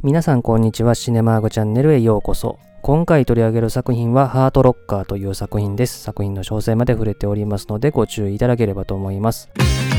皆さんこんにちは。シネマーグチャンネルへようこそ。今回取り上げる作品はハートロッカーという作品です。作品の詳細まで触れておりますのでご注意いただければと思います。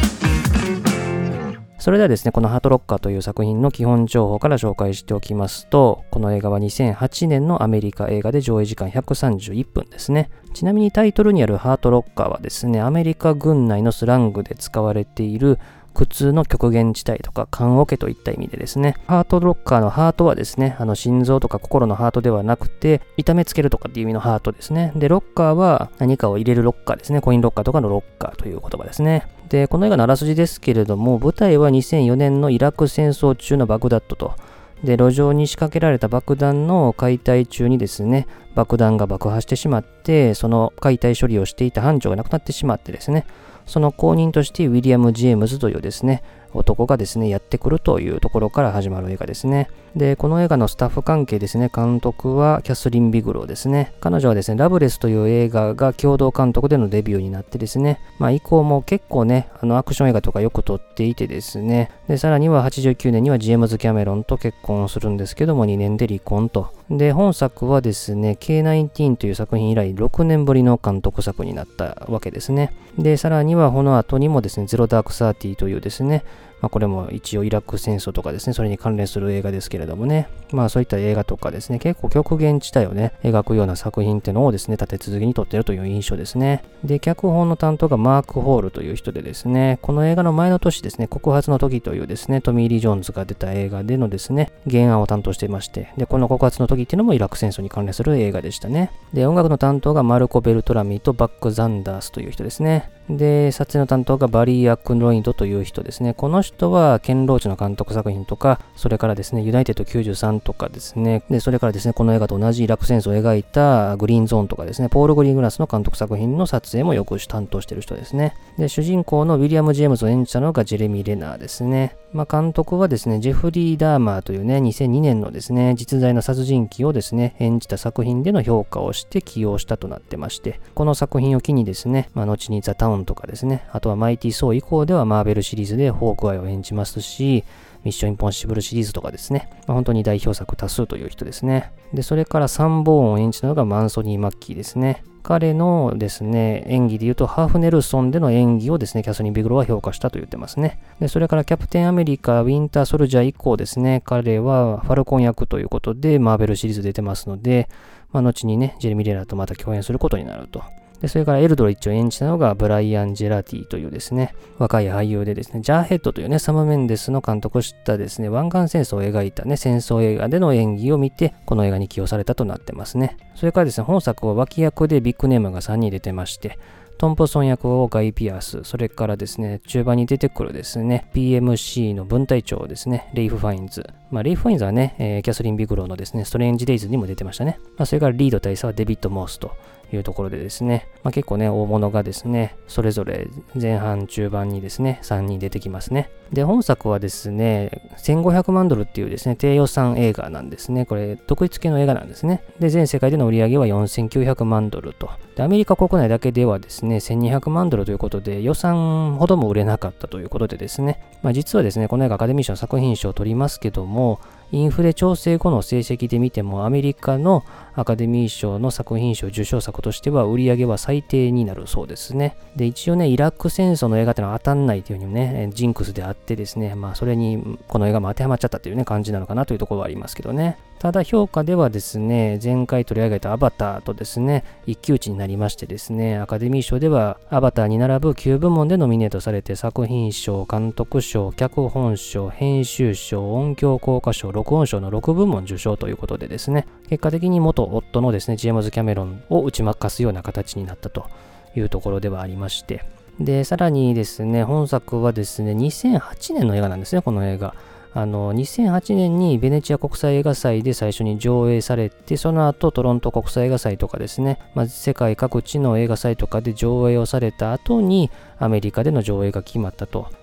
それではですね、このハートロッカーという作品の基本情報から紹介しておきますと、この映画は2008年のアメリカ映画で上映時間131分ですね。ちなみにタイトルにあるハートロッカーはですね、アメリカ軍内のスラングで使われている苦痛の極限地帯とか棺桶といった意味でですね、ハートロッカーのハートはですね、心臓とか心のハートではなくて、痛めつけるとかっていう意味のハートですね。で、ロッカーは何かを入れるロッカーですね。コインロッカーとかのロッカーという言葉ですね。で、この映画のあらすじですけれども、舞台は2004年のイラク戦争中のバグダッドと、で、路上に仕掛けられた爆弾の解体中にですね、爆弾が爆破してしまって、その解体処理をしていた班長が亡くなってしまってですね、その後任としてウィリアム・ジェームズというですね、男がですね、やってくるというところから始まる映画ですね。で、この映画のスタッフ関係ですね、監督はキャスリン・ビグローですね。彼女はですね、ラブレスという映画が共同監督でのデビューになってですね、以降も結構ね、アクション映画とかよく撮っていてですね、で、さらには89年にはジェームズ・キャメロンと結婚するんですけども、2年で離婚と。で、本作はですね、K-19 という作品以来6年ぶりの監督作になったわけですね。で、さらにはこの後にもですね、ゼロダーク30というですね、これも一応イラク戦争とかですね、それに関連する映画ですけれどもね、そういった映画とかですね、結構極限地帯をね、描くような作品ってのをですね、立て続けに撮っているという印象ですね。で、脚本の担当がマーク・ホールという人でですね、この映画の前の年ですね、告発の時というですね、トミー・リー・ジョーンズが出た映画でのですね、原案を担当していまして、で、この告発の時っていうのもイラク戦争に関連する映画でしたね。で、音楽の担当がマルコ・ベルトラミとバック・ザンダースという人ですね。で、撮影の担当がバリー・アクノイドという人ですね。この人は、ケンローチの監督作品とか、それからですね、ユナイテッド93とかですね、で、それからですね、この映画と同じイラク戦争を描いたグリーンゾーンとかですね、ポール・グリーングラスの監督作品の撮影もよく担当している人ですね。で、主人公のウィリアム・ジェームズを演じたのがジェレミー・レナーですね。監督はですね、ジェフリー・ダーマーというね、2002年のですね、実在の殺人鬼をですね、演じた作品での評価をして起用したとなってまして、この作品を機にですね、後にザ・タウンとかですね、あとはマイティー・ソー以降ではマーベルシリーズでホークアイを演じますし、ミッション・インポッシブルシリーズとかですね、本当に代表作多数という人ですね。で、それからサンボーンを演じたのがマンソニー・マッキーですね。彼のですね、演技で言うとハーフネルソンでの演技をですね、キャスリン・ビグローは評価したと言ってますね。で、それからキャプテンアメリカ、ウィンター・ソルジャー以降ですね、彼はファルコン役ということでマーベルシリーズ出てますので、後にね、ジェレミー・レナーとまた共演することになると。で、それからエルドリッチを演じたのがブライアン・ジェラティというですね、若い俳優でですね、ジャーヘッドというね、サム・メンデスの監督したですね、湾岸戦争を描いたね、戦争映画での演技を見て、この映画に起用されたとなってますね。それからですね、本作は脇役でビッグネームが3人出てまして、トンプソン役をガイ・ピアース、それからですね、中盤に出てくるですね、PMC の分隊長ですね、レイフ・ファインズ。レイフ・ファインズはね、キャスリン・ビグローのですね、ストレンジ・デイズにも出てましたね。それからリード大佐はデビッド・モースというところでですね、結構ね、大物がですね、それぞれ前半、中盤にですね、3人出てきますね。で、本作はですね、$1500万っていうですね、低予算映画なんですね。これ、独立系の映画なんですね。で、全世界での売り上げは$4900万と。で、アメリカ国内だけではですね、$1200万ということで、予算ほども売れなかったということでですね、実はですね、この映画アカデミー賞作品賞を取りますけども、インフレ調整後の成績で見てもアメリカのアカデミー賞の作品賞受賞作としては売り上げは最低になるそうですね。で、一応ね、イラク戦争の映画ってのは当たんないというふうにね、ジンクスであってですね、それにこの映画も当てはまっちゃったというね、感じなのかなというところはありますけどね。ただ評価ではですね、前回取り上げたアバターとですね、一騎打ちになりましてですね、アカデミー賞ではアバターに並ぶ9部門でノミネートされて作品賞、監督賞、脚本賞、編集賞、音響効果賞、録音賞の6部門受賞ということでですね、結果的に元夫のですね、ジェームズ・キャメロンを打ち負かすような形になったというところではありまして、で、さらにですね、本作はですね、2008年の映画なんですね、この映画。2008年にベネチア国際映画祭で最初に上映されて、その後トロント国際映画祭とかですね、世界各地の映画祭とかで上映をされた後にアメリカでの上映が決まったと。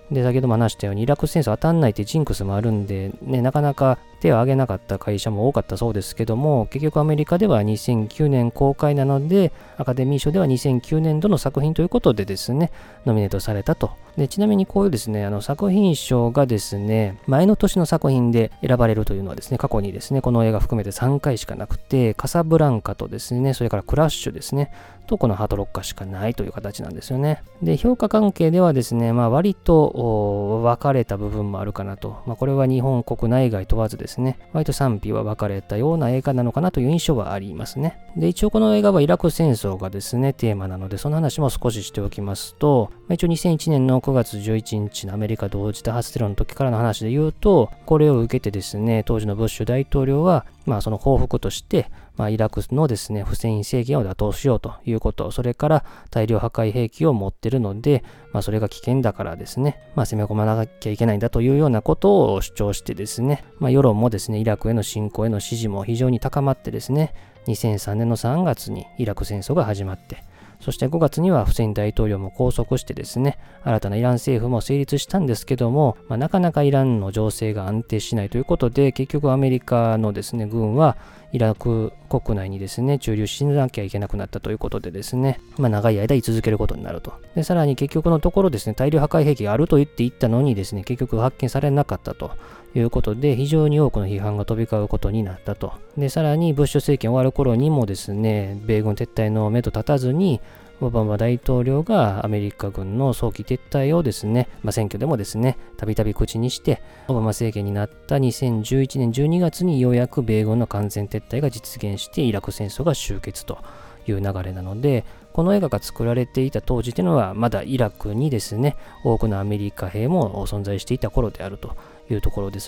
で、先ほども話したようにイラク戦争当たんないってジンクスもあるんで、ね、なかなか手を挙げなかった会社も多かったそうですけども、結局アメリカでは2009年公開なので、アカデミー賞では2009年度の作品ということでですね、ノミネートされたと。で、ちなみにこういうですね、作品賞がですね、前の年の作品で選ばれるというのはですね、過去にですね、この映画含めて3回しかなくて、カサブランカとですね、それからクラッシュですね、とこのハートロッカーしかないという形なんですよね。で、評価関係ではですね、割と分かれた部分もあるかなと。これは日本国内外問わずですね、割と賛否は分かれたような映画なのかなという印象はありますね。で、一応この映画はイラク戦争がですね、テーマなので、その話も少ししておきますと、一応2001年の9月11日のアメリカ同時多発テロの時からの話で言うと、これを受けてですね、当時のブッシュ大統領は、その報復として、イラクのですね、フセイン政権を打倒しようということ、それから大量破壊兵器を持っているので、それが危険だからですね、攻め込まなきゃいけないんだというようなことを主張してですね、世論もですね、イラクへの侵攻への支持も非常に高まってですね、2003年の3月にイラク戦争が始まって、そして5月にはフセイン大統領も拘束してですね、新たなイラン政府も成立したんですけども、なかなかイランの情勢が安定しないということで、結局アメリカのですね、軍はイラク国内にですね、駐留しなきゃいけなくなったということでですね、長い間居続けることになると。で、さらに結局のところですね、大量破壊兵器があると言っていったのにですね、結局発見されなかったということで、非常に多くの批判が飛び交うことになったと。で、さらにブッシュ政権終わる頃にもですね、米軍撤退の目と立たずに、オバマ大統領がアメリカ軍の早期撤退をですね、選挙でもですね、たびたび口にして、オバマ政権になった2011年12月にようやく米軍の完全撤退が実現してイラク戦争が終結という流れなので、この映画が作られていた当時というのはまだイラクにですね、多くのアメリカ兵も存在していた頃であるというところです。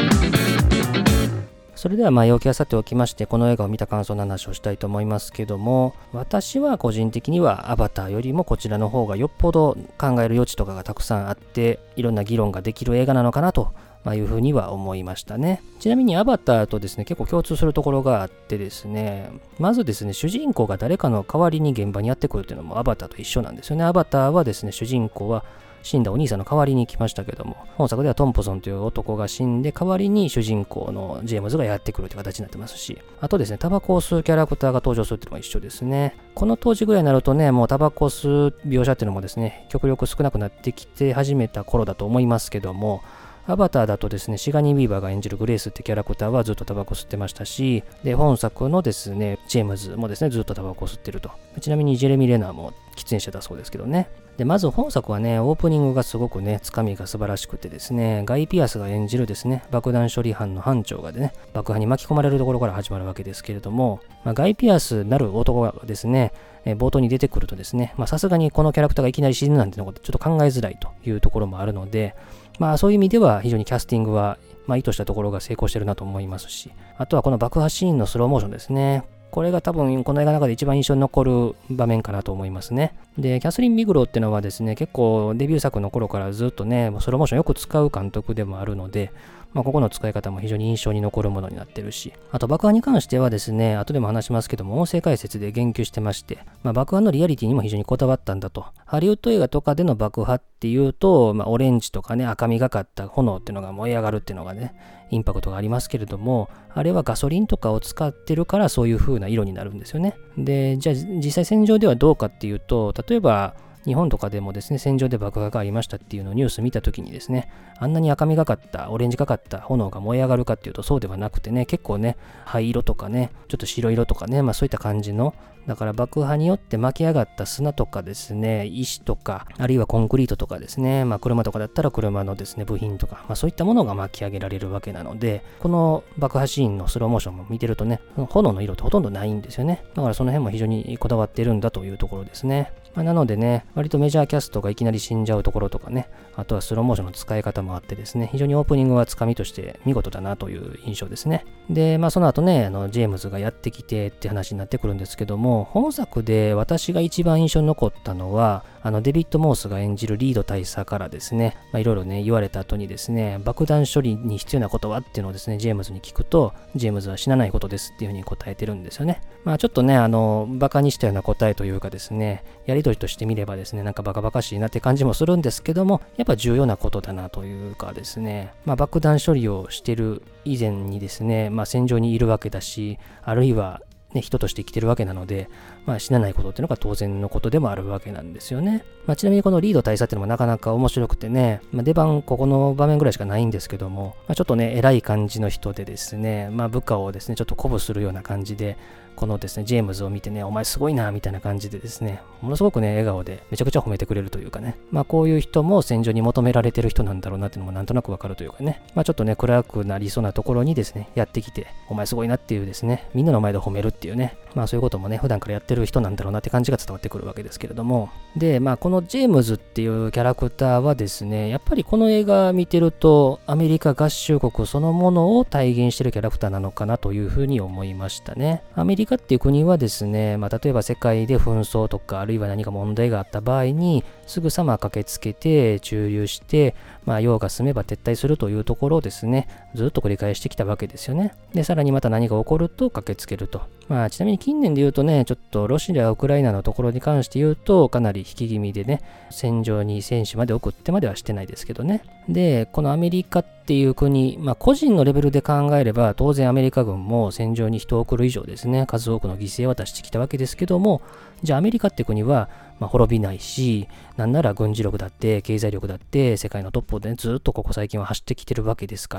それでは前置きはさておきまして、この映画を見た感想の話をしたいと思いますけども、私は個人的にはアバターよりもこちらの方がよっぽど考える余地とかがたくさんあって、いろんな議論ができる映画なのかなというふうには思いましたね。ちなみにアバターとですね、結構共通するところがあってですね、まずですね、主人公が誰かの代わりに現場にやってくるというのもアバターと一緒なんですよね。アバターはですね、主人公は死んだお兄さんの代わりに来ましたけども、本作ではトンプソンという男が死んで、代わりに主人公のジェームズがやってくるという形になってますし、あとですね、タバコを吸うキャラクターが登場するっていうのも一緒ですね。この当時ぐらいになるとね、もうタバコを吸う描写っていうのもですね、極力少なくなってきて始めた頃だと思いますけども、アバターだとですね、シガニー・ウィーバーが演じるグレースってキャラクターはずっとタバコ吸ってましたし、で、本作のですね、ジェームズもですね、ずっとタバコを吸ってると。ちなみにジェレミー・レナーも喫煙者だそうですけどね。で、まず本作はね、オープニングがすごくね、つかみが素晴らしくてですね、ガイ・ピアスが演じるですね、爆弾処理班の班長がね、爆破に巻き込まれるところから始まるわけですけれども、ガイ・ピアスなる男がですね、冒頭に出てくるとですね、さすがにこのキャラクターがいきなり死ぬなんてのことちょっと考えづらいというところもあるので、そういう意味では非常にキャスティングは、意図したところが成功してるなと思いますし、あとはこの爆破シーンのスローモーションですね。これが多分この映画の中で一番印象に残る場面かなと思いますね。で、キャスリン・ビグローっていうのはですね、結構デビュー作の頃からずっとね、スローモーションよく使う監督でもあるので、ここの使い方も非常に印象に残るものになってるし、あと爆破に関してはですね、後でも話しますけども、音声解説で言及してまして、爆破のリアリティにも非常にこだわったんだと。ハリウッド映画とかでの爆破っていうと、オレンジとかね、赤みがかった炎っていうのが燃え上がるっていうのがね、インパクトがありますけれども、あれはガソリンとかを使ってるからそういう風な色になるんですよね。で、じゃあ実際戦場ではどうかっていうと、例えば日本とかでもですね、戦場で爆破がありましたっていうのをニュース見たときにですね、あんなに赤みがかった、オレンジがかった炎が燃え上がるかっていうとそうではなくてね、結構ね、灰色とかね、ちょっと白色とかね、そういった感じの、だから爆破によって巻き上がった砂とかですね、石とか、あるいはコンクリートとかですね、車とかだったら車のですね、部品とか、そういったものが巻き上げられるわけなので、この爆破シーンのスローモーションも見てるとね、炎の色ってほとんどないんですよね。だからその辺も非常にこだわってるんだというところですね。なのでね、割とメジャーキャストがいきなり死んじゃうところとかね、あとはスローモーションの使い方もあってですね、非常にオープニングはつかみとして見事だなという印象ですね。で、その後ね、ジェームズがやってきてって話になってくるんですけども、本作で私が一番印象に残ったのは、デビッド・モースが演じるリード大佐からですね、いろいろね、言われた後にですね、爆弾処理に必要なことはっていうのをですね、ジェームズに聞くと、ジェームズは死なないことですっていうふうに答えてるんですよね。ちょっとね、バカにしたような答えというかですね、やり取として見ればですね、なんかバカバカしいなって感じもするんですけども、やっぱ重要なことだなというかですね、爆弾処理をしてる以前にですね、戦場にいるわけだし、あるいは人として生きてるわけなので、死なないことっていうのが当然のことでもあるわけなんですよね。ちなみにこのリード大佐っていうのもなかなか面白くてね、出番ここの場面ぐらいしかないんですけども、ちょっとね、偉い感じの人でですね、部下をですね、ちょっと鼓舞するような感じで、このですね、ジェームズを見てね、お前すごいな、みたいな感じでですね、ものすごくね、笑顔でめちゃくちゃ褒めてくれるというかね、こういう人も戦場に求められてる人なんだろうなっていうのもなんとなくわかるというかね、ちょっとね、暗くなりそうなところにですね、やってきて、お前すごいなっていうですね、みんなの前で褒めるっていうね、そういうこともね、普段からやってる人なんだろうなって感じが伝わってくるわけですけれども、で、このジェームズっていうキャラクターはですね、やっぱりこの映画見てると、アメリカ合衆国そのものを体現してるキャラクターなのかなというふうに思いましたね。アメリカっていう国はですね、例えば世界で紛争とか、あるいは何か問題があった場合に、すぐさま駆けつけて、駐留して、用が済めば撤退するというところをですね、ずっと繰り返してきたわけですよね。で、さらにまた何が起こると駆けつけると。ちなみに近年で言うとね、ちょっとロシア、ウクライナのところに関して言うと、かなり引き気味でね、戦場に戦士まで送ってまではしてないですけどね。で、このアメリカっていう国、個人のレベルで考えれば、当然アメリカ軍も戦場に人を送る以上ですね、数多くの犠牲を出してきたわけですけども、じゃあアメリカって国は、滅びないし、なんなら軍事力だって、経済力だって、世界のトップで、ね、ずっとここ最近は走ってきてるわけですから、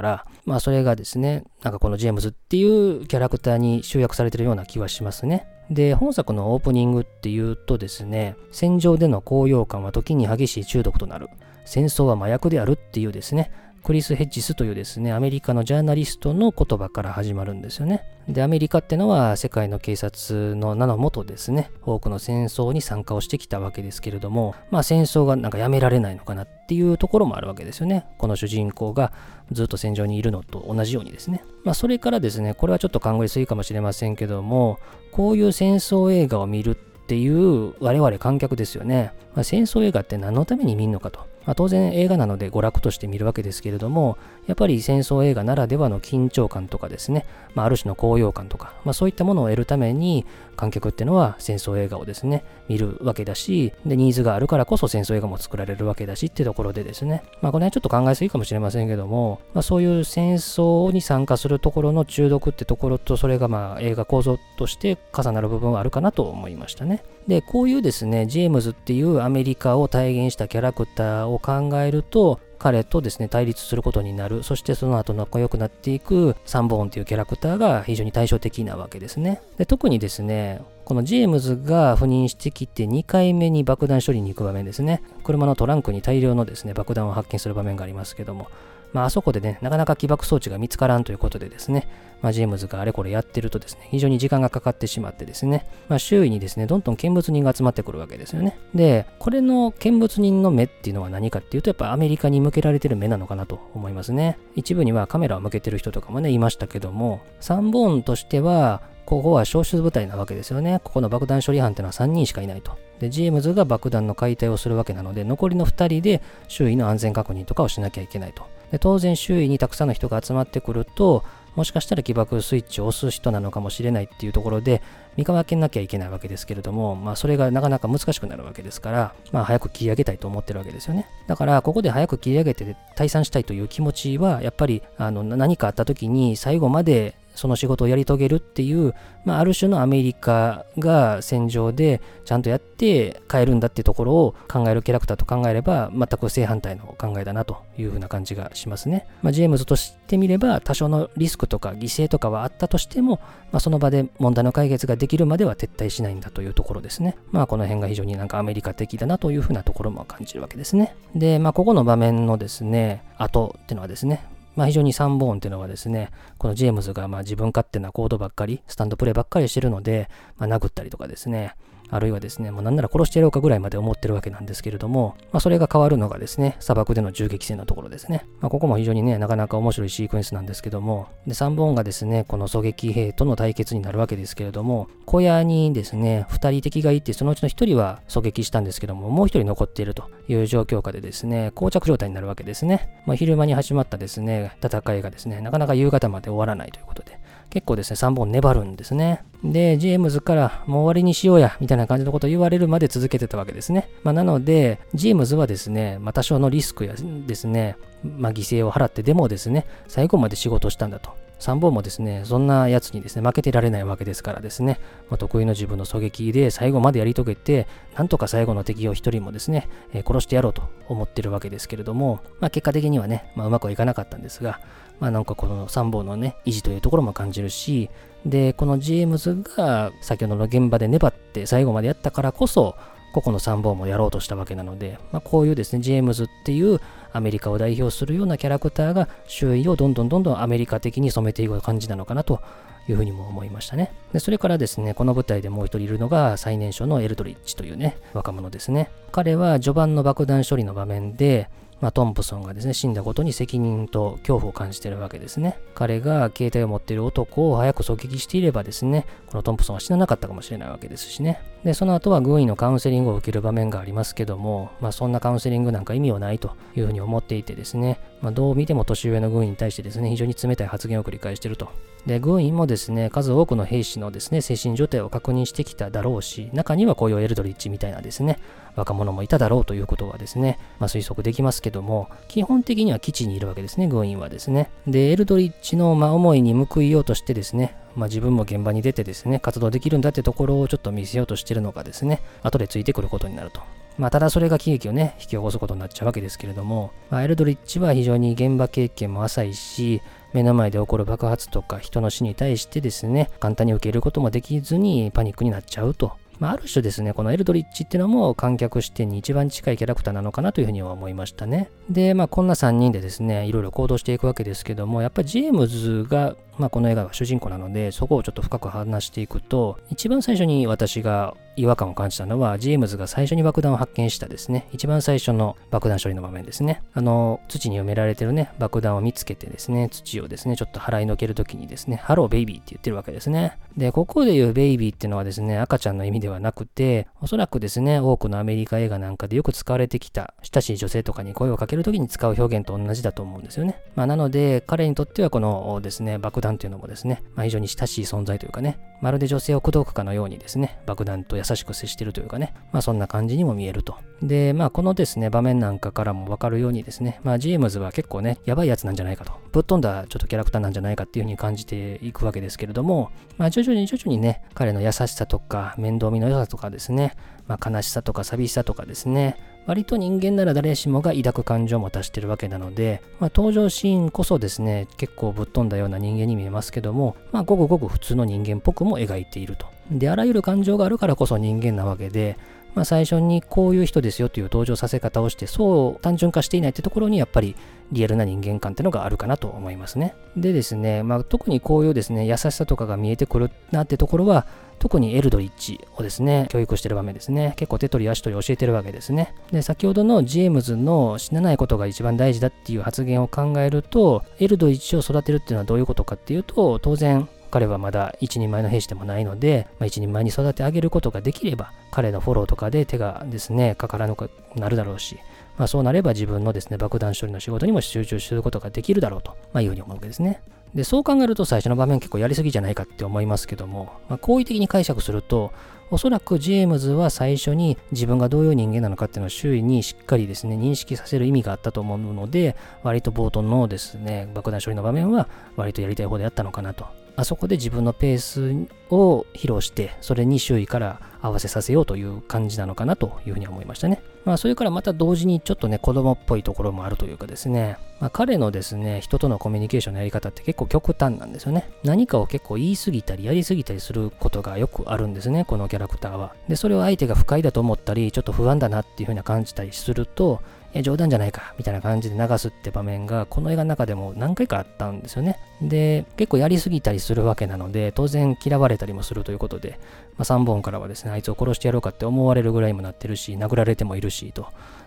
それがですね、なんかこのジェームズっていうキャラクターに集約されてるような気はしますね。で、本作のオープニングっていうとですね、戦場での高揚感は時に激しい中毒となる。戦争は麻薬であるっていうですね、クリス・ヘッジスというですね、アメリカのジャーナリストの言葉から始まるんですよね。で、アメリカってのは世界の警察の名のもとですね、多くの戦争に参加をしてきたわけですけれども、戦争がなんかやめられないのかなっていうところもあるわけですよね。この主人公がずっと戦場にいるのと同じようにですね。それからですね、これはちょっと考えすぎかもしれませんけども、こういう戦争映画を見るっていう我々観客ですよね。戦争映画って何のために見るのかと。当然映画なので娯楽として見るわけですけれども、やっぱり戦争映画ならではの緊張感とかですね、ある種の高揚感とか、そういったものを得るために観客っていうのは戦争映画をですね、見るわけだし、で、ニーズがあるからこそ戦争映画も作られるわけだしっていうところでですね、この辺ちょっと考えすぎかもしれませんけども、そういう戦争に参加するところの中毒ってところと、それが映画構造として重なる部分はあるかなと思いましたね。で、こういうですね、ジェームズっていうアメリカを体現したキャラクターを考えると、彼とですね、対立することになる。そしてその後仲良くなっていくサンボーンというキャラクターが非常に対照的なわけですね。で、特にですね、このジェームズが赴任してきて2回目に爆弾処理に行く場面ですね。車のトランクに大量のですね、爆弾を発見する場面がありますけども、あそこでね、なかなか起爆装置が見つからんということでですね、ジェームズがあれこれやってるとですね、非常に時間がかかってしまってですね、周囲にですね、どんどん見物人が集まってくるわけですよね。で、これの見物人の目っていうのは何かっていうと、やっぱアメリカに向けられてる目なのかなと思いますね。一部にはカメラを向けてる人とかもね、いましたけども、サンボーンとしては、ここは少数部隊なわけですよね。ここの爆弾処理班っていうのは3人しかいないと。で、ジェームズが爆弾の解体をするわけなので、残りの2人で周囲の安全確認とかをしなきゃいけないと。で、当然周囲にたくさんの人が集まってくると、もしかしたら起爆スイッチを押す人なのかもしれないっていうところで見分けなきゃいけないわけですけれども、それがなかなか難しくなるわけですから、早く切り上げたいと思ってるわけですよね。だからここで早く切り上げて退散したいという気持ちはやっぱり何かあった時に最後までその仕事をやり遂げるっていう、ある種のアメリカが戦場でちゃんとやって帰るんだっていうところを考えるキャラクターと考えれば、全く正反対の考えだなというふうな感じがしますね。ジェームズとしてみれば、多少のリスクとか犠牲とかはあったとしても、その場で問題の解決ができるまでは撤退しないんだというところですね。この辺が非常になんかアメリカ的だなというふうなところも感じるわけですね。で、ここの場面のですね、後っていうのはですね、非常にサンボーンっていうのはですね、このジェームズが自分勝手な行動ばっかり、スタンドプレイばっかりしてるので、殴ったりとかですね、あるいはですね、もうなんなら殺してやろうかぐらいまで思ってるわけなんですけれども、それが変わるのがですね、砂漠での銃撃戦のところですね。ここも非常にね、なかなか面白いシークエンスなんですけども、で、サンボーンがですね、この狙撃兵との対決になるわけですけれども、小屋にですね、2人敵がいて、そのうちの1人は狙撃したんですけども、もう1人残っているという状況下でですね、膠着状態になるわけですね。昼間に始まったですね、戦いがですね、なかなか夕方まで終わらないということで、 結構ですね、3本粘るんですね。で、ジェームズからもう終わりにしようや、みたいな感じのことを言われるまで続けてたわけですね。なので、ジェームズはですね、多少のリスクやですね、犠牲を払ってでもですね、最後まで仕事をしたんだと。3本もですね、そんなやつにですね、負けてられないわけですからですね、得意の自分の狙撃で最後までやり遂げて、なんとか最後の敵を一人もですね、殺してやろうと思ってるわけですけれども、結果的にはね、うまくはいかなかったんですが、なんかこの3本のね、維持というところも感じるし、で、このジェームズが先ほどの現場で粘って最後までやったからこそ、ここの3本もやろうとしたわけなので、こういうですね、ジェームズっていうアメリカを代表するようなキャラクターが周囲をどんどんアメリカ的に染めていく感じなのかなというふうにも思いましたね。で、それからですね、この舞台でもう一人いるのが最年少のエルドリッチというね、若者ですね。彼は序盤の爆弾処理の場面で、トンプソンがですね、死んだことに責任と恐怖を感じているわけですね。彼が携帯を持っている男を早く狙撃していればですね、このトンプソンは死ななかったかもしれないわけですしね。で、その後は軍医のカウンセリングを受ける場面がありますけども、そんなカウンセリングなんか意味はないというふうに思っていてですね、どう見ても年上の軍医に対してですね、非常に冷たい発言を繰り返していると。で、軍医もですね、数多くの兵士のですね、精神状態を確認してきただろうし、中にはこういうエルドリッチみたいなですね、若者もいただろうということはですね、推測できますけども、基本的には基地にいるわけですね、軍員はですね。で、エルドリッチの思いに報いようとしてですね、自分も現場に出てですね、活動できるんだってところをちょっと見せようとしているのがですね、後でついてくることになると。ただそれが喜劇をね、引き起こすことになっちゃうわけですけれども、エルドリッチは非常に現場経験も浅いし、目の前で起こる爆発とか人の死に対してですね、簡単に受け入れることもできずにパニックになっちゃうと。ある種ですね、このエルドリッチっていうのも観客視点に一番近いキャラクターなのかなというふうには思いましたね。で、こんな3人でですね、いろいろ行動していくわけですけども、やっぱりジェームズが、この映画は主人公なので、そこをちょっと深く話していくと、一番最初に私が違和感を感じたのは、ジェームズが最初に爆弾を発見したですね、一番最初の爆弾処理の場面ですね。土に埋められてるね、爆弾を見つけてですね、土をですね、ちょっと払いのけるときにですね、ハローベイビーって言ってるわけですね。で、ここで言うベイビーっていうのはですね、赤ちゃんの意味ではなくて、おそらくですね、多くのアメリカ映画なんかでよく使われてきた、親しい女性とかに声をかけるときに使う表現と同じだと思うんですよね。なので、彼にとってはこのですね、爆弾っていうのもですね、非常に親しい存在というかね、まるで女性を口説くかのようにですね、爆弾と優しく接しているというかね、そんな感じにも見えると。で、このですね、場面なんかからもわかるようにですね、ジェームズは結構ね、やばいやつなんじゃないかと、ぶっ飛んだちょっとキャラクターなんじゃないかっていう風に感じていくわけですけれども、徐々にね、彼の優しさとか、面倒見の良さとかですね、悲しさとか寂しさとかですね、割と人間なら誰しもが抱く感情を持たしてるわけなので、登場シーンこそですね、結構ぶっ飛んだような人間に見えますけども、ごくごく普通の人間っぽくも描いていると。で、あらゆる感情があるからこそ人間なわけで、最初にこういう人ですよという登場させ方をして、そう単純化していないってところにやっぱりリアルな人間観っていうのがあるかなと思いますね。でですね、特にこういうですね、優しさとかが見えてくるなってところは、特にエルドリッチをですね、教育してる場面ですね。結構手取り足取り教えてるわけですね。で、先ほどのジェームズの死なないことが一番大事だっていう発言を考えると、エルドリッチを育てるっていうのはどういうことかっていうと、当然、彼はまだ一人前の兵士でもないので、一人前に育て上げることができれば、彼のフォローとかで手がですね、かからなくなるだろうし、そうなれば自分のですね、爆弾処理の仕事にも集中することができるだろうと、いうふうに思うわけですね。で、そう考えると最初の場面結構やりすぎじゃないかって思いますけども、好意的に解釈すると、おそらくジェームズは最初に自分がどういう人間なのかっていうのを周囲にしっかりですね、認識させる意味があったと思うので、割と冒頭のですね、爆弾処理の場面は割とやりたい方であったのかなと。あそこで自分のペースを披露して、それに周囲から合わせさせようという感じなのかなというふうに思いましたね。それからまた同時にちょっとね、子供っぽいところもあるというかですね、彼のですね、人とのコミュニケーションのやり方って結構極端なんですよね。何かを結構言い過ぎたりやり過ぎたりすることがよくあるんですね、このキャラクターは。で、それを相手が不快だと思ったり、ちょっと不安だなっていうふうな感じたりすると、冗談じゃないかみたいな感じで流すって場面がこの映画の中でも何回かあったんですよね。で、結構やりすぎたりするわけなので、当然嫌われたりもするということで、3本からはですね、あいつを殺してやろうかって思われるぐらいにもなってるし、殴られてもいるしと、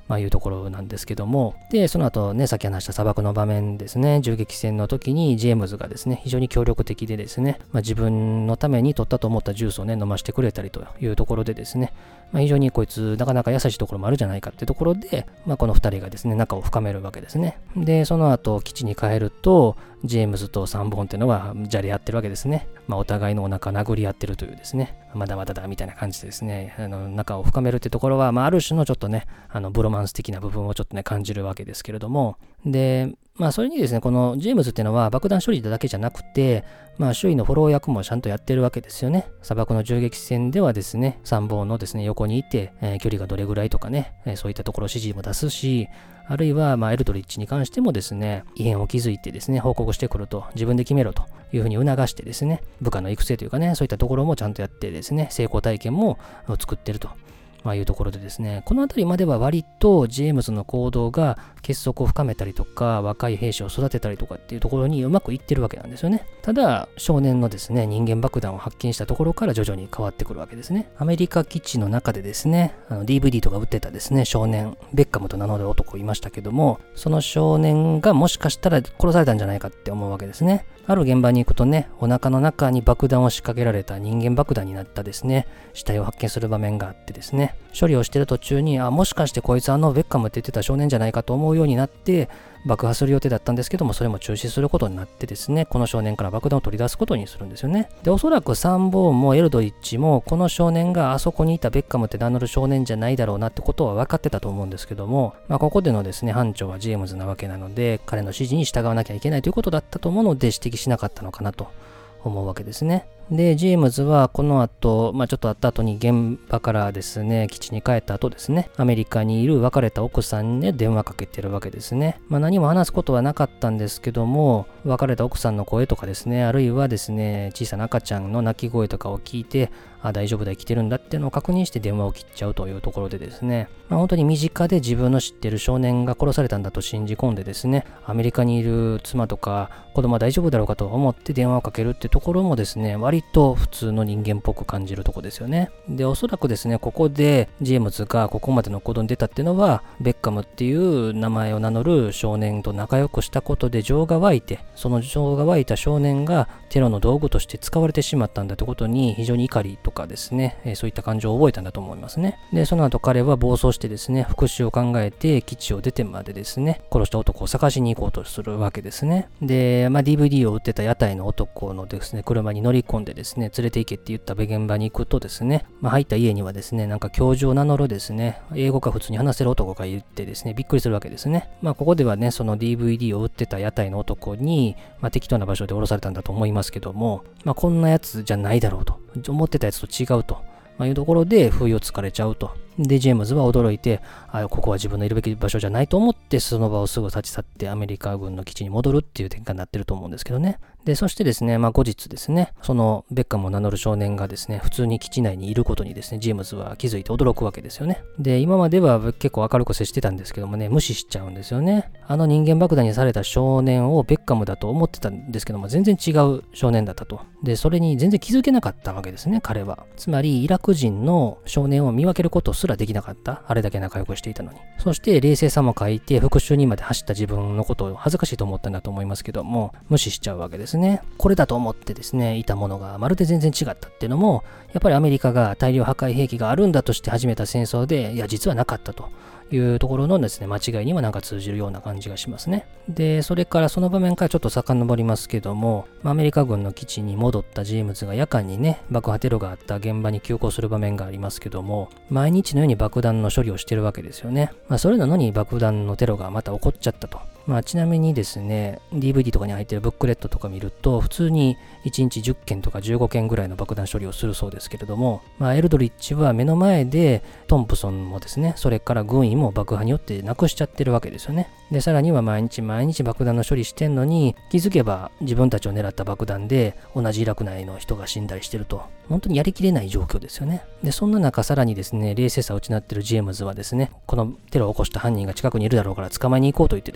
いうところなんですけども、で、その後ね、さっき話した砂漠の場面ですね、銃撃戦の時にジェームズがですね、非常に協力的でですね、自分のために取ったと思ったジュースをね、飲ませてくれたりというところでですね、非常にこいつなかなか優しいところもあるじゃないかってところで、この2人がですね、仲を深めるわけですね。で、その後、基地に帰ると、ジェームズと3本っていうのはじゃれ合ってるわけですね。お互いのお腹殴り合ってるというですね、まだまだだみたいな感じでですね、仲を深めるってところは、ある種のちょっとね、ブロマンス的な部分をちょっとね、感じるわけですけれども、で、それにですね、このジェームズっていうのは爆弾処理だけじゃなくて、周囲のフォロー役もちゃんとやってるわけですよね。砂漠の銃撃戦ではですね、3本のですね、横にいて、距離がどれぐらいとかね、そういったところ指示も出すし、あるいは、エルドリッチに関してもですね、異変を築いてですね、報告してくると、自分で決めろというふうに促してですね、部下の育成というかね、そういったところもちゃんとやってですね、成功体験も作ってると。いうところでですね、このあたりまでは割とジェームズの行動が結束を深めたりとか、若い兵士を育てたりとかっていうところにうまくいってるわけなんですよね。ただ、少年のですね、人間爆弾を発見したところから徐々に変わってくるわけですね。アメリカ基地の中でですね、DVD とか売ってたですね、少年、ベッカムと名乗る男いましたけども、その少年がもしかしたら殺されたんじゃないかって思うわけですね。ある現場に行くとね、お腹の中に爆弾を仕掛けられた人間爆弾になったですね、死体を発見する場面があってですね、処理をしている途中に、もしかしてこいつベッカムって言ってた少年じゃないかと思うようになって、爆破する予定だったんですけども、それも中止することになってですね、この少年から爆弾を取り出すことにするんですよね。で、おそらくサンボーンもエルドリッチも、この少年があそこにいたベッカムって名乗る少年じゃないだろうなってことは分かってたと思うんですけども、ここでのですね、班長はジェームズなわけなので、彼の指示に従わなきゃいけないということだったと思うので、指摘しなかったのかなと思うわけですね。で、ジェームズはこの後、ちょっと会った後に現場からですね、基地に帰った後ですね、アメリカにいる別れた奥さんに電話かけてるわけですね。何も話すことはなかったんですけども、別れた奥さんの声とかですね、あるいはですね、小さな赤ちゃんの泣き声とかを聞いて、大丈夫だ、生きてるんだっていうのを確認して電話を切っちゃうというところでですね、本当に身近で自分の知ってる少年が殺されたんだと信じ込んでですね、アメリカにいる妻とか子供は大丈夫だろうかと思って電話をかけるってところもですね、割と普通の人間っぽく感じるところですよね。で、おそらくですね、ここでジェームズがここまでの行動に出たっていうのは、ベッカムっていう名前を名乗る少年と仲良くしたことで情が湧いて、その情が湧いた少年がテロの道具として使われてしまったんだってことに非常に怒りとかですね、そういった感情を覚えたんだと思いますね。で、その後彼は暴走してですね、復讐を考えて基地を出てまでですね、殺した男を探しに行こうとするわけですね。で、DVD を売ってた屋台の男のですね、車に乗り込んでですね、連れて行けって言った現場に行くとですね、入った家にはですね、教授を名乗るですね、英語か普通に話せる男がいてですね、びっくりするわけですね。ここではね、その DVD を売ってた屋台の男に、適当な場所で降ろされたんだと思いますけども、こんなやつじゃないだろうと、思ってたやつと違うと。いうところで不意をつかれちゃうと。で、ジェームズは驚いて、ここは自分のいるべき場所じゃないと思って、その場をすぐ立ち去ってアメリカ軍の基地に戻るっていう展開になってると思うんですけどね。で、そしてですね、後日ですね、そのベッカムを名乗る少年がですね、普通に基地内にいることにですね、ジェームズは気づいて驚くわけですよね。で、今までは結構明るく接してたんですけどもね、無視しちゃうんですよね。人間爆弾にされた少年をベッカムだと思ってたんですけども、全然違う少年だったと。で、それに全然気づけなかったわけですね、彼は。つまり、イラク人の少年を見分けることすらできなかった。あれだけ仲良くしていたのに。そして、冷静さも欠いて、復讐にまで走った自分のことを恥ずかしいと思ったんだと思いますけども、無視しちゃうわけですね。これだと思ってですね、いたものがまるで全然違ったっていうのも、やっぱりアメリカが大量破壊兵器があるんだとして始めた戦争で、いや、実はなかったというところのですね、間違いには通じるような感じがしますね。で、それからその場面からちょっと遡りますけども、アメリカ軍の基地に戻ったジェームズが夜間にね、爆破テロがあった現場に急行する場面がありますけども、毎日のように爆弾の処理をしてるわけですよね。それなのに爆弾のテロがまた起こっちゃったと。ちなみにですね、DVD とかに入ってるブックレットとか見ると、普通に1日10件とか15件ぐらいの爆弾処理をするそうですけれども、エルドリッチは目の前でトンプソンもですね、それから軍医も爆破によってなくしちゃってるわけですよね。で、さらには毎日爆弾の処理してんのに、気づけば自分たちを狙った爆弾で同じイラク内の人が死んだりしてると。本当にやりきれない状況ですよね。で、そんな中さらにですね、冷静さを失っているジェームズはですね、このテロを起こした犯人が近くにいるだろうから捕まえに行こうと言ってですね、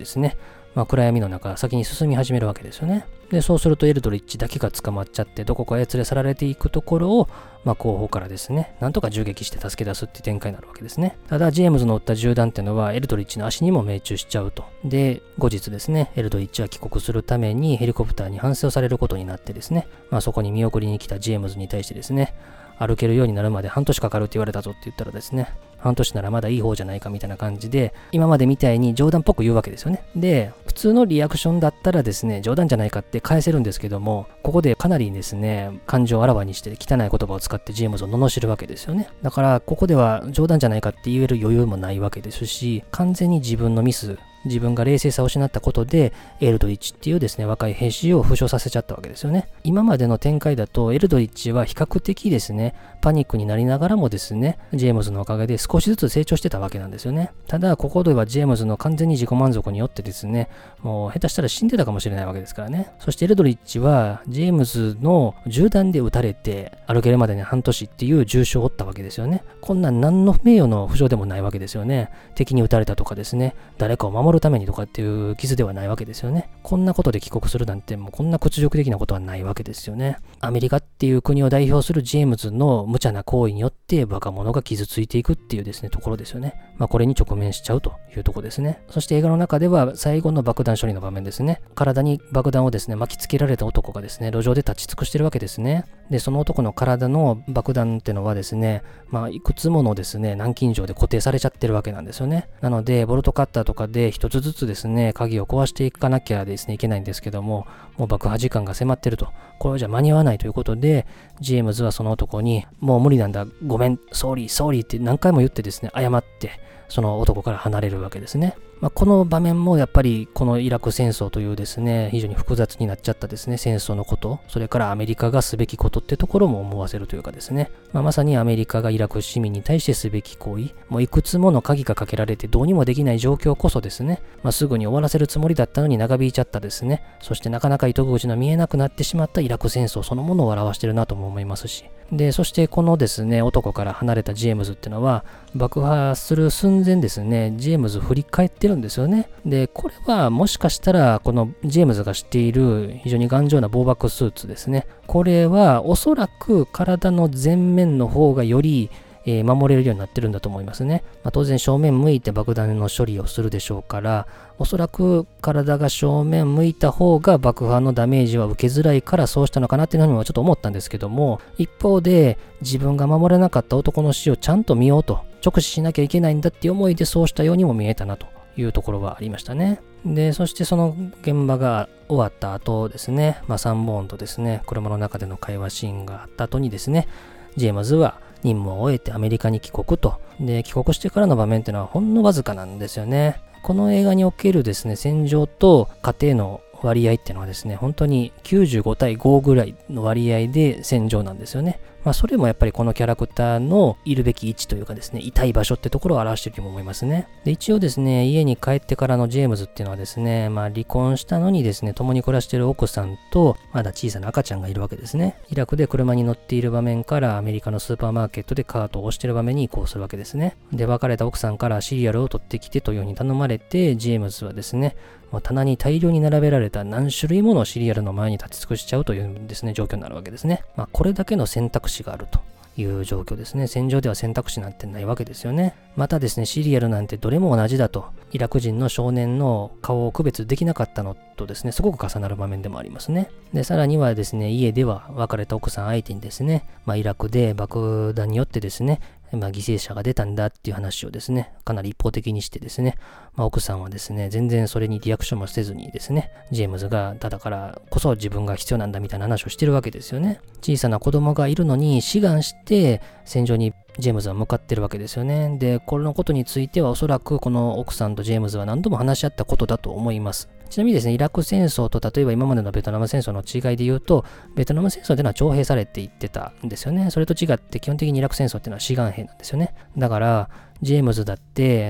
暗闇の中先に進み始めるわけですよね。で、そうするとエルドリッジだけが捕まっちゃってどこかへ連れ去られていくところを、後方からですね、なんとか銃撃して助け出すっていう展開になるわけですね。ただ、ジェームズの撃った銃弾っていうのはエルドリッジの足にも命中しちゃうと。で、後日ですね、エルドリッジは帰国するためにヘリコプターに搬送されることになってですね、そこに見送りに来たジェームズに対してですね、歩けるようになるまで半年かかるって言われたぞって言ったらですね、半年ならまだいい方じゃないかみたいな感じで、今までみたいに冗談っぽく言うわけですよね。で、普通のリアクションだったらですね、冗談じゃないかって返せるんですけども、ここでかなりですね、感情をあらわにして汚い言葉を使ってジェームズを罵るわけですよね。だから、ここでは冗談じゃないかって言える余裕もないわけですし、完全に自分のミス、自分が冷静さを失ったことで、エルドリッチっていうですね、若い兵士を負傷させちゃったわけですよね。今までの展開だと、エルドリッチは比較的ですね、パニックになりながらもですね、ジェームズのおかげで少しずつ成長してたわけなんですよね。ただ、ここではジェームズの完全に自己満足によってですね、もう下手したら死んでたかもしれないわけですからね。そしてエルドリッチは、ジェームズの銃弾で撃たれて、歩けるまでに半年っていう重傷を負ったわけですよね。こんなん何の名誉の負傷でもないわけですよね。敵に撃たれたとかですね、誰かを守るためにとかっていう傷ではないわけですよね。こんなことで帰国するなんてもうこんな屈辱的なことはないわけですよね。アメリカっていう国を代表するジェームズの無茶な行為によって若者が傷ついていくっていうですね、ところですよね。これに直面しちゃうというところですね。そして映画の中では最後の爆弾処理の場面ですね。体に爆弾をですね、巻きつけられた男がですね、路上で立ち尽くしてるわけですね。で、その男の体の爆弾ってのはですね、いくつものですね、南京錠で固定されちゃってるわけなんですよね。なので、ボルトカッターとかで一つずつですね、鍵を壊していかなきゃですね、いけないんですけども、もう爆破時間が迫ってると。これじゃ間に合わないということで、ジェームズはその男に、もう無理なんだ、ごめん、ソーリーって何回も言ってですね、謝って、その男から離れるわけですね。この場面もやっぱりこのイラク戦争というですね、非常に複雑になっちゃったですね、戦争のこと、それからアメリカがすべきことってところも思わせるというかですね、まさにアメリカがイラク市民に対してすべき行為、もういくつもの鍵がかけられてどうにもできない状況こそですね、すぐに終わらせるつもりだったのに長引いちゃったですね、そしてなかなか糸口の見えなくなってしまったイラク戦争そのものを表してるなとも思いますし、で、そしてこのですね、男から離れたジェームズっていうのは、爆破する寸前ですね、ジェームズ振り返ってるんですよね。で、これはもしかしたら、このジェームズがしている非常に頑丈な防爆スーツですね。これはおそらく体の前面の方がより守れるようになってるんだと思いますね。当然正面向いて爆弾の処理をするでしょうから、おそらく体が正面向いた方が爆破のダメージは受けづらいからそうしたのかなっていうのはちょっと思ったんですけども、一方で自分が守れなかった男の死をちゃんと見ようと、直視しなきゃいけないんだっていう思いでそうしたようにも見えたなというところはありましたね。で、そしてその現場が終わった後ですね、サンボーンとですね、車の中での会話シーンがあった後にですね、ジェームズは任務を終えてアメリカに帰国と。で、帰国してからの場面っていうのはほんのわずかなんですよね。この映画におけるですね、戦場と家庭の割合っていうのはですね、本当に95対5ぐらいの割合で戦場なんですよね。それもやっぱりこのキャラクターのいるべき位置というかですね、痛い場所ってところを表していると思いますね。で、一応ですね、家に帰ってからのジェームズっていうのはですね、離婚したのにですね、共に暮らしている奥さんと、まだ小さな赤ちゃんがいるわけですね。イラクで車に乗っている場面からアメリカのスーパーマーケットでカートを押している場面に移行するわけですね。で、別れた奥さんからシリアルを取ってきてというように頼まれて、ジェームズはですね、棚に大量に並べられた何種類ものシリアルの前に立ち尽くしちゃうというですね、状況になるわけですね。これだけの選択肢があるという状況ですね。戦場では選択肢なんてないわけですよね。またですね、シリアルなんてどれも同じだと、イラク人の少年の顔を区別できなかったのとですね、すごく重なる場面でもありますね。で、さらにはですね、家では別れた奥さん相手にですね、イラクで爆弾によってですね、犠牲者が出たんだっていう話をですね、かなり一方的にしてですね、奥さんはですね、全然それにリアクションもせずにですね、ジェームズがただからこそ自分が必要なんだみたいな話をしてるわけですよね。小さな子供がいるのに志願して戦場にジェームズは向かってるわけですよね。で、このことについてはおそらくこの奥さんとジェームズは何度も話し合ったことだと思います。ちなみにですね、イラク戦争と例えば今までのベトナム戦争の違いで言うと、ベトナム戦争というのは徴兵されていってたんですよね。それと違って基本的にイラク戦争っていうのは志願兵なんですよね。だから、ジェームズだって、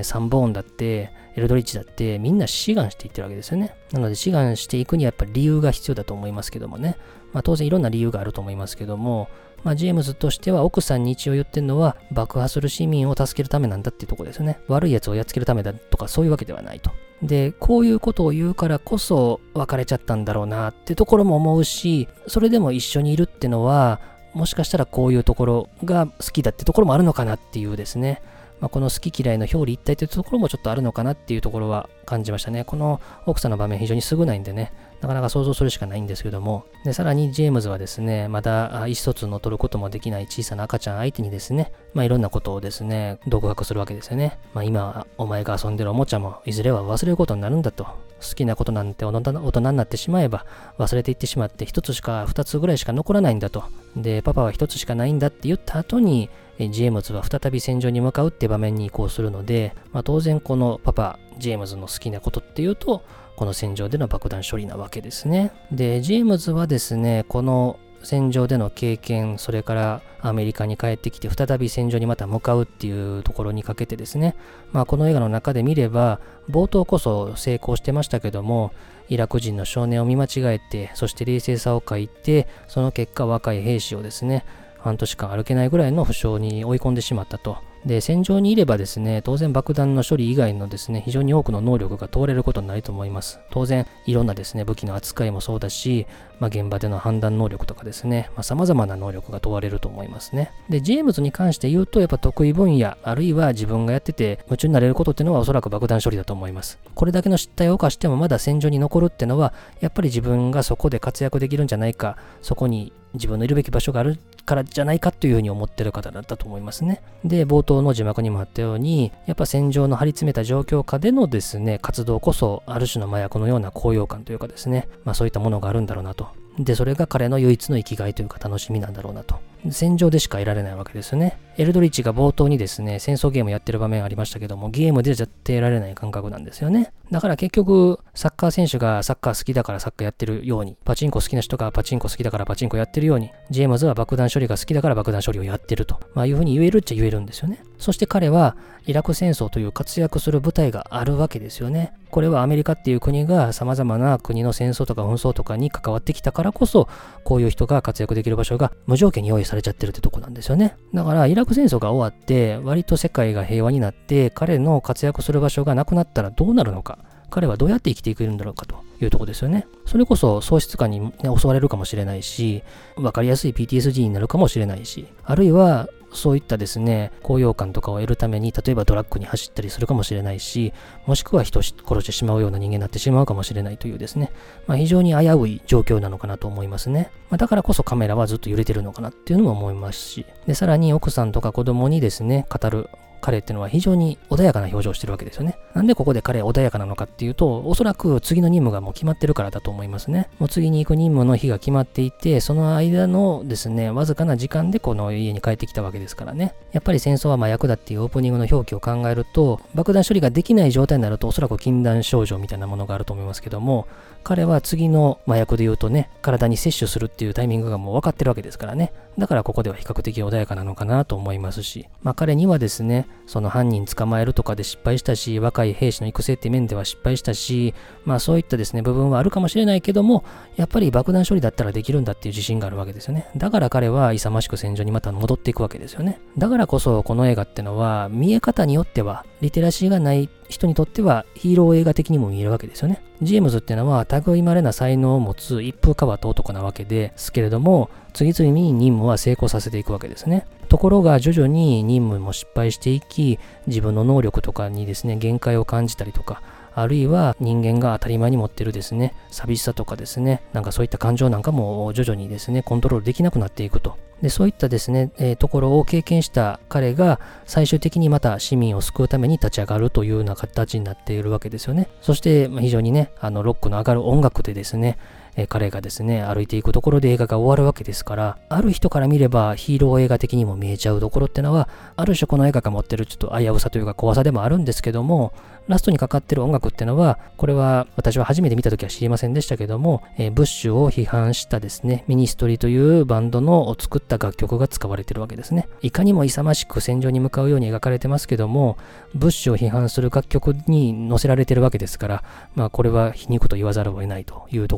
サンボーンだって、エルドリッチだってみんな志願していってるわけですよね。なので志願していくにはやっぱり理由が必要だと思いますけどもね。当然いろんな理由があると思いますけども、ジェームズとしては奥さんに一応言ってるのは爆破する市民を助けるためなんだっていうところですよね。悪い奴をやっつけるためだとかそういうわけではないと。 で、こういうことを言うからこそ別れちゃったんだろうなってところも思うし、それでも一緒にいるってのは、もしかしたらこういうところが好きだってところもあるのかなっていうですね、この好き嫌いの表裏一体というところもちょっとあるのかなっていうところは感じましたね。この奥さんの場面非常に少ないんでね、なかなか想像するしかないんですけども、で、さらにジェームズはですね、まだ意思疎通の取ることもできない小さな赤ちゃん相手にですね、いろんなことをですね、独白するわけですよね。今、お前が遊んでるおもちゃもいずれは忘れることになるんだと。好きなことなんて大人になってしまえば忘れていってしまって一つしか二つぐらいしか残らないんだと。で、パパは一つしかないんだって言った後に、ジェームズは再び戦場に向かうって場面に移行するので、当然このパパ、ジェームズの好きなことっていうと、この戦場での爆弾処理なわけですね。で、ジェームズはですね、この戦場での経験、それからアメリカに帰ってきて再び戦場にまた向かうっていうところにかけてですね、この映画の中で見れば冒頭こそ成功してましたけども、イラク人の少年を見間違えて、そして冷静さを欠いて、その結果若い兵士をですね、半年間歩けないぐらいの負傷に追い込んでしまったと。で、戦場にいればですね、当然爆弾の処理以外のですね、非常に多くの能力が問われることになると思います。当然、いろんなですね、武器の扱いもそうだし、現場での判断能力とかですね、様々な能力が問われると思いますね。で、ジェームズに関して言うと、やっぱ得意分野、あるいは自分がやってて夢中になれることっていうのはおそらく爆弾処理だと思います。これだけの失態を犯してもまだ戦場に残るっていうのは、やっぱり自分がそこで活躍できるんじゃないか、そこに自分のいるべき場所があるからじゃないかというふうに思ってる方だったと思いますね。で、冒頭の字幕にもあったように、やっぱ戦場の張り詰めた状況下でのですね、活動こそある種の麻薬のような高揚感というかですね、そういったものがあるんだろうなと。で、それが彼の唯一の生きがいというか楽しみなんだろうなと。戦場でしか得られないわけですよね。エルドリッチが冒頭にですね、戦争ゲームやってる場面ありましたけども、ゲームで絶対得られない感覚なんですよね。だから結局、サッカー選手がサッカー好きだからサッカーやってるように、パチンコ好きな人がパチンコ好きだからパチンコやってるように、ジェームズは爆弾処理が好きだから爆弾処理をやってると、いうふうに言えるっちゃ言えるんですよね。そして彼はイラク戦争という活躍する舞台があるわけですよね。これはアメリカっていう国が様々な国の戦争とか紛争とかに関わってきたからこそ、こういう人が活躍できる場所が無条件に用意されちゃってるってとこなんですよね。だからイラク戦争が終わって割と世界が平和になって彼の活躍する場所がなくなったらどうなるのか。彼はどうやって生きていけるんだろうかというところですよね。それこそ喪失感に、襲われるかもしれないし、わかりやすい PTSD になるかもしれないし、あるいはそういったですね、高揚感とかを得るために、例えばドラッグに走ったりするかもしれないし、もしくは人を殺してしまうような人間になってしまうかもしれないというですね、非常に危うい状況なのかなと思いますね。だからこそカメラはずっと揺れてるのかなっていうのも思いますし、で、さらに奥さんとか子供にですね、語る彼っていうのは非常に穏やかな表情をしてるわけですよね。なんでここで彼穏やかなのかっていうと、おそらく次の任務がもう決まってるからだと思いますね。もう次に行く任務の日が決まっていて、その間のですね、わずかな時間でこの家に帰ってきたわけですからね。やっぱり戦争は麻薬だっていうオープニングの表記を考えると、爆弾処理ができない状態になるとおそらく禁断症状みたいなものがあると思いますけども、彼は次の麻薬で言うとね、体に摂取するっていうタイミングがもう分かってるわけですからね。だからここでは比較的穏やかなのかなと思いますし、彼にはですね、その犯人捕まえるとかで失敗したし、若い兵士の育成って面では失敗したし、そういったですね、部分はあるかもしれないけども、やっぱり爆弾処理だったらできるんだっていう自信があるわけですよね。だから彼は勇ましく戦場にまた戻っていくわけですよね。だからこそこの映画ってのは、見え方によっては、リテラシーがない人にとってはヒーロー映画的にも見えるわけですよね。ジェームズっていうのは類まれな才能を持つ一風変わった男なわけですけれども、次々に任務は成功させていくわけですね。ところが徐々に任務も失敗していき、自分の能力とかにですね、限界を感じたりとか、あるいは人間が当たり前に持ってるですね、寂しさとかですね、そういった感情なんかも徐々にですね、コントロールできなくなっていくと。で、そういったですね、ところを経験した彼が最終的にまた市民を救うために立ち上がるというような形になっているわけですよね。そして非常にね、ロックの上がる音楽でですね、彼がですね、歩いていくところで映画が終わるわけですから、ある人から見ればヒーロー映画的にも見えちゃうところってのは、ある種この映画が持ってるちょっと危うさというか怖さでもあるんですけども、ラストにかかってる音楽ってのは、これは私は初めて見た時は知りませんでしたけども、ブッシュを批判したですね、ミニストリーというバンドの作った楽曲が使われてるわけですね。いかにも勇ましく戦場に向かうように描かれてますけども、ブッシュを批判する楽曲に載せられてるわけですから、これは皮肉と言わざるを得ないというところですよね。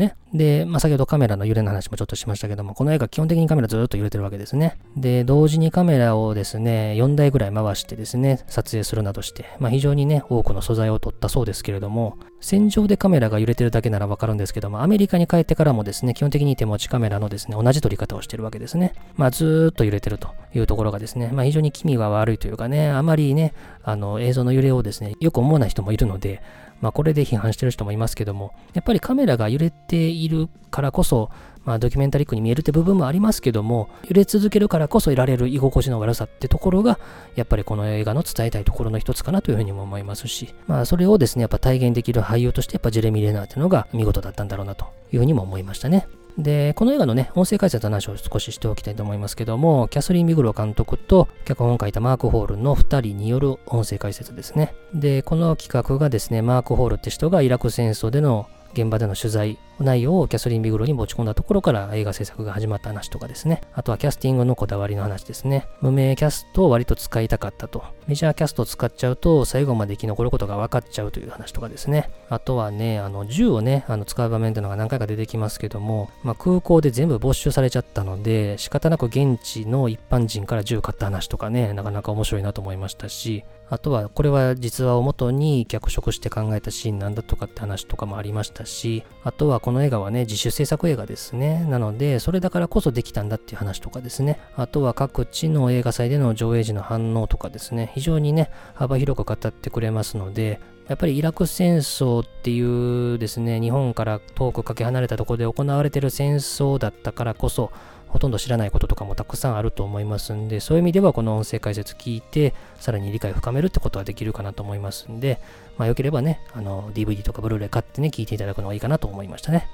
ね。で、先ほどカメラの揺れの話もちょっとしましたけども、この映画基本的にカメラずっと揺れてるわけですね。で、同時にカメラをですね、4台ぐらい回してですね、撮影するなどして、非常にね、多くの素材を撮ったそうですけれども、戦場でカメラが揺れてるだけならわかるんですけども、アメリカに帰ってからもですね、基本的に手持ちカメラのですね、同じ撮り方をしてるわけですね。ずーっと揺れてるというところがですね、非常に気味が悪いというかね、あまりね、映像の揺れをですね、よく思わない人もいるので、これで批判してる人もいますけども、やっぱりカメラが揺れているからこそ、ドキュメンタリックに見えるって部分もありますけども、揺れ続けるからこそ得られる居心地の悪さってところが、やっぱりこの映画の伝えたいところの一つかなというふうにも思いますし、それをですね、やっぱ体現できる俳優として、やっぱジェレミー・レナーっていうのが見事だったんだろうなというふうにも思いましたね。で、この映画のね、音声解説の話を少ししておきたいと思いますけども、キャスリン・ビグロー監督と脚本を書いたマーク・ホールの2人による音声解説ですね。で、この企画がですね、マーク・ホールって人がイラク戦争での現場での取材内容をキャスリン・ビグロに持ち込んだところから映画制作が始まった話とかですね。あとはキャスティングのこだわりの話ですね。無名キャストを割と使いたかったと。メジャーキャストを使っちゃうと最後まで生き残ることが分かっちゃうという話とかですね。あとはね、銃をね、使う場面というのが何回か出てきますけども、空港で全部没収されちゃったので、仕方なく現地の一般人から銃買った話とかね、なかなか面白いなと思いましたし、あとはこれは実話を元に脚色して考えたシーンなんだとかって話とかもありましたし、あとはこの映画はね、自主制作映画ですね。なので、それだからこそできたんだっていう話とかですね。あとは各地の映画祭での上映時の反応とかですね。非常にね、幅広く語ってくれますので、やっぱりイラク戦争っていうですね、日本から遠くかけ離れたところで行われている戦争だったからこそ、ほとんど知らないこととかもたくさんあると思いますんで、そういう意味ではこの音声解説聞いて、さらに理解を深めるってことはできるかなと思いますんで、よければね、DVD とかブルーレイ買ってね、聞いていただくのがいいかなと思いましたね。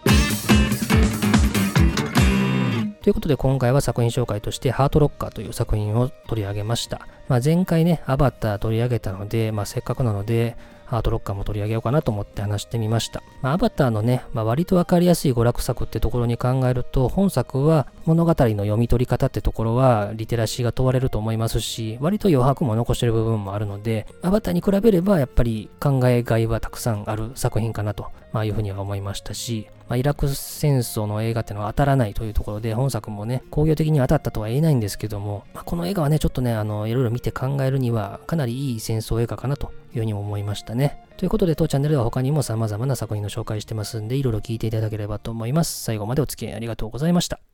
ということで今回は作品紹介としてハートロッカーという作品を取り上げました。前回ね、アバター取り上げたので、せっかくなので、ハートロッカーも取り上げようかなと思って話してみました。アバターのね、割とわかりやすい娯楽作ってところに考えると、本作は物語の読み取り方ってところはリテラシーが問われると思いますし、割と余白も残してる部分もあるので、アバターに比べればやっぱり考えがいはたくさんある作品かなと、いうふうには思いましたし、イラク戦争の映画っていうのは当たらないというところで、本作もね、工業的には当たったとは言えないんですけども、この映画はね、ちょっとね、いろいろ見て考えるには、かなりいい戦争映画かなというふうに思いましたね。ということで、当チャンネルでは他にも様々な作品の紹介してますんで、いろいろ聞いていただければと思います。最後までお付き合いありがとうございました。